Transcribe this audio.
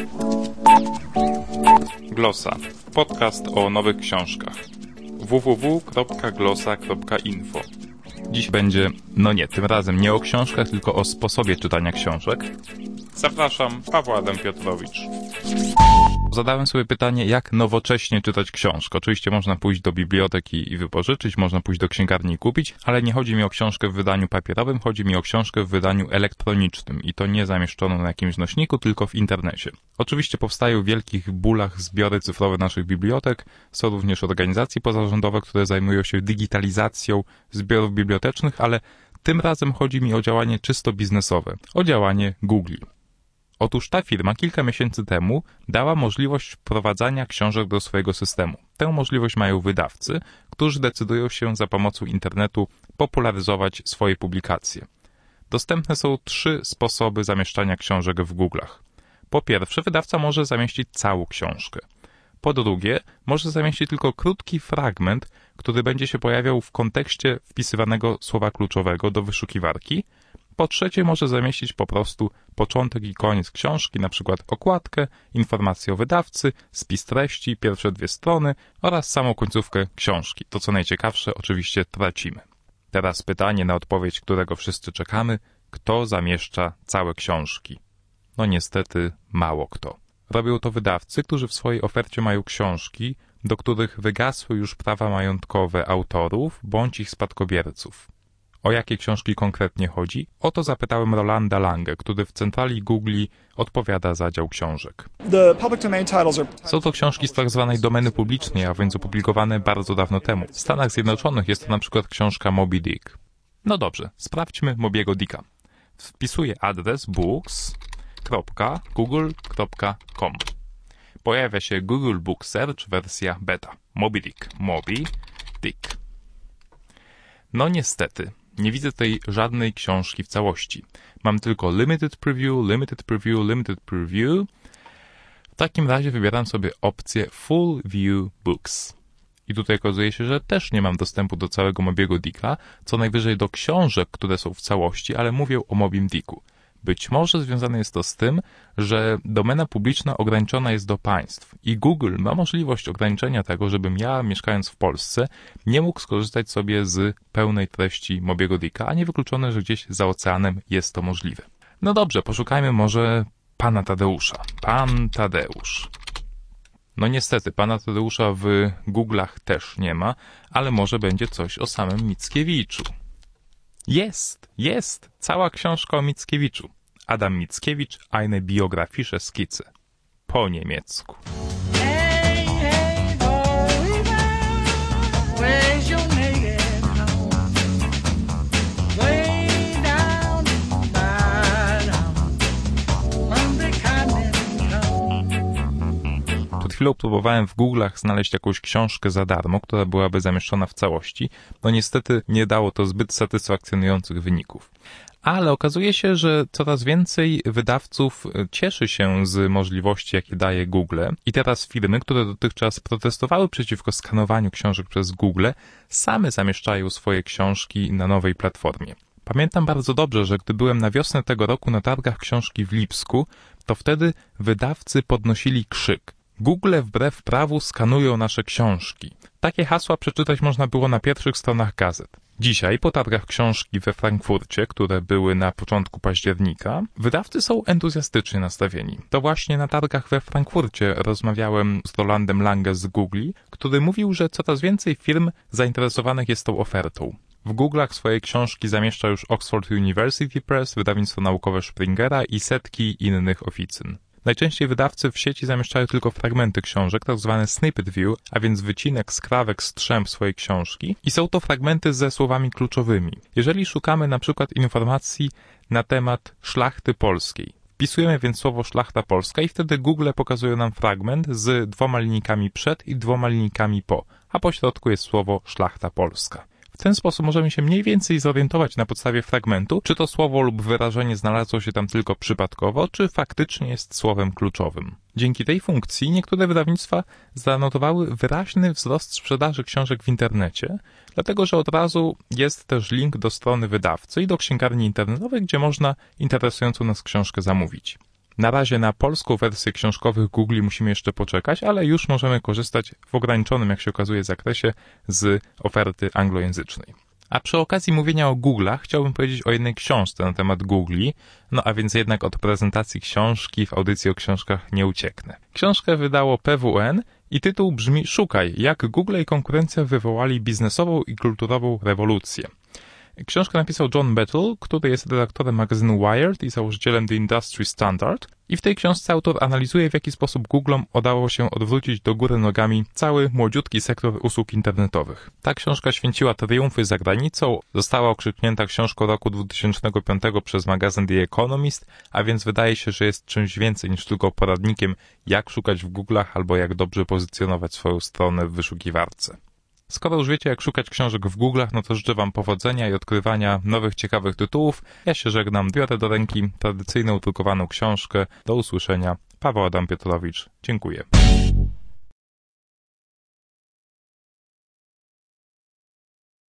Glosa. Podcast o nowych książkach. www.glosa.info. Dziś będzie, tym razem nie o książkach, tylko o sposobie czytania książek. Zapraszam, Paweł Adam Piotrowicz. Zadałem sobie pytanie, jak nowocześnie czytać książkę. Oczywiście można pójść do biblioteki i wypożyczyć, można pójść do księgarni i kupić, ale nie chodzi mi o książkę w wydaniu papierowym, chodzi mi o książkę w wydaniu elektronicznym i to nie zamieszczoną na jakimś nośniku, tylko w internecie. Oczywiście powstają w wielkich bólach zbiory cyfrowe naszych bibliotek, są również organizacje pozarządowe, które zajmują się digitalizacją zbiorów bibliotecznych, ale tym razem chodzi mi o działanie czysto biznesowe, o działanie Google. Otóż ta firma kilka miesięcy temu dała możliwość wprowadzania książek do swojego systemu. Tę możliwość mają wydawcy, którzy decydują się za pomocą internetu popularyzować swoje publikacje. Dostępne są 3 sposoby zamieszczania książek w Google'ach. Po pierwsze, wydawca może zamieścić całą książkę. Po drugie, może zamieścić tylko krótki fragment, który będzie się pojawiał w kontekście wpisywanego słowa kluczowego do wyszukiwarki. Po trzecie, może zamieścić po prostu początek i koniec książki, na przykład okładkę, informację o wydawcy, spis treści, pierwsze 2 strony oraz samą końcówkę książki. To co najciekawsze oczywiście tracimy. Teraz pytanie, na odpowiedź którego wszyscy czekamy. Kto zamieszcza całe książki? No niestety mało kto. Robią to wydawcy, którzy w swojej ofercie mają książki, do których wygasły już prawa majątkowe autorów bądź ich spadkobierców. O jakie książki konkretnie chodzi? O to zapytałem Rolanda Lange, który w centrali Google odpowiada za dział książek. Są to książki z tak zwanej domeny publicznej, a więc opublikowane bardzo dawno temu. W Stanach Zjednoczonych jest to na przykład książka Moby Dick. No dobrze, sprawdźmy Mobiego Dicka. Wpisuję adres books.google.com. Pojawia się Google Book Search wersja beta. Moby Dick. Moby Dick. No niestety, nie widzę tutaj żadnej książki w całości. Mam tylko Limited Preview, Limited Preview, Limited Preview. W takim razie wybieram sobie opcję Full View Books. I tutaj okazuje się, że też nie mam dostępu do całego Mobiego Dicka, co najwyżej do książek, które są w całości, ale mówię o Mobim Dicku. Być może związane jest to z tym, że domena publiczna ograniczona jest do państw i Google ma możliwość ograniczenia tego, żebym ja, mieszkając w Polsce, nie mógł skorzystać sobie z pełnej treści Mobiego Dicka, a niewykluczone, że gdzieś za oceanem jest to możliwe. No dobrze, poszukajmy może pana Tadeusza. Pan Tadeusz. No niestety, pana Tadeusza w Google'ach też nie ma, ale może będzie coś o samym Mickiewiczu. Jest! Cała książka o Mickiewiczu. Adam Mickiewicz, eine biografische Skizze. Po niemiecku. Przed chwilą próbowałem w Google'ach znaleźć jakąś książkę za darmo, która byłaby zamieszczona w całości. No niestety nie dało to zbyt satysfakcjonujących wyników. Ale okazuje się, że coraz więcej wydawców cieszy się z możliwości, jakie daje Google. I teraz firmy, które dotychczas protestowały przeciwko skanowaniu książek przez Google, same zamieszczają swoje książki na nowej platformie. Pamiętam bardzo dobrze, że gdy byłem na wiosnę tego roku na targach książki w Lipsku, to wtedy wydawcy podnosili krzyk. Google wbrew prawu skanują nasze książki. Takie hasła przeczytać można było na pierwszych stronach gazet. Dzisiaj, po targach książki we Frankfurcie, które były na początku października, wydawcy są entuzjastycznie nastawieni. To właśnie na targach we Frankfurcie rozmawiałem z Rolandem Lange z Google, który mówił, że coraz więcej firm zainteresowanych jest tą ofertą. W Google'ach swoje książki zamieszcza już Oxford University Press, wydawnictwo naukowe Springera i setki innych oficyn. Najczęściej wydawcy w sieci zamieszczają tylko fragmenty książek, tak zwane snippet view, a więc wycinek, skrawek, strzęp swojej książki i są to fragmenty ze słowami kluczowymi. Jeżeli szukamy na przykład informacji na temat szlachty polskiej, wpisujemy więc słowo szlachta polska i wtedy Google pokazuje nam fragment z 2 linijkami przed i 2 linijkami po, a po środku jest słowo szlachta polska. W ten sposób możemy się mniej więcej zorientować na podstawie fragmentu, czy to słowo lub wyrażenie znalazło się tam tylko przypadkowo, czy faktycznie jest słowem kluczowym. Dzięki tej funkcji niektóre wydawnictwa zanotowały wyraźny wzrost sprzedaży książek w internecie, dlatego że od razu jest też link do strony wydawcy i do księgarni internetowej, gdzie można interesującą nas książkę zamówić. Na razie na polską wersję książkowych Googli musimy jeszcze poczekać, ale już możemy korzystać w ograniczonym, jak się okazuje, zakresie z oferty anglojęzycznej. A przy okazji mówienia o Google'ach chciałbym powiedzieć o jednej książce na temat Googli, no a więc jednak od prezentacji książki w audycji o książkach nie ucieknę. Książkę wydało PWN i tytuł brzmi Szukaj, jak Google i konkurencja wywołali biznesową i kulturową rewolucję. Książkę napisał John Battle, który jest redaktorem magazynu Wired i założycielem The Industry Standard. I w tej książce autor analizuje, w jaki sposób Googlom udało się odwrócić do góry nogami cały młodziutki sektor usług internetowych. Ta książka święciła triumfy za granicą, została okrzyknięta książką roku 2005 przez magazyn The Economist, a więc wydaje się, że jest czymś więcej niż tylko poradnikiem, jak szukać w Google'ach albo jak dobrze pozycjonować swoją stronę w wyszukiwarce. Skoro już wiecie, jak szukać książek w Google'ach, no to życzę Wam powodzenia i odkrywania nowych, ciekawych tytułów. Ja się żegnam, biorę do ręki tradycyjną drukowaną książkę. Do usłyszenia. Paweł Adam Piotrowicz. Dziękuję.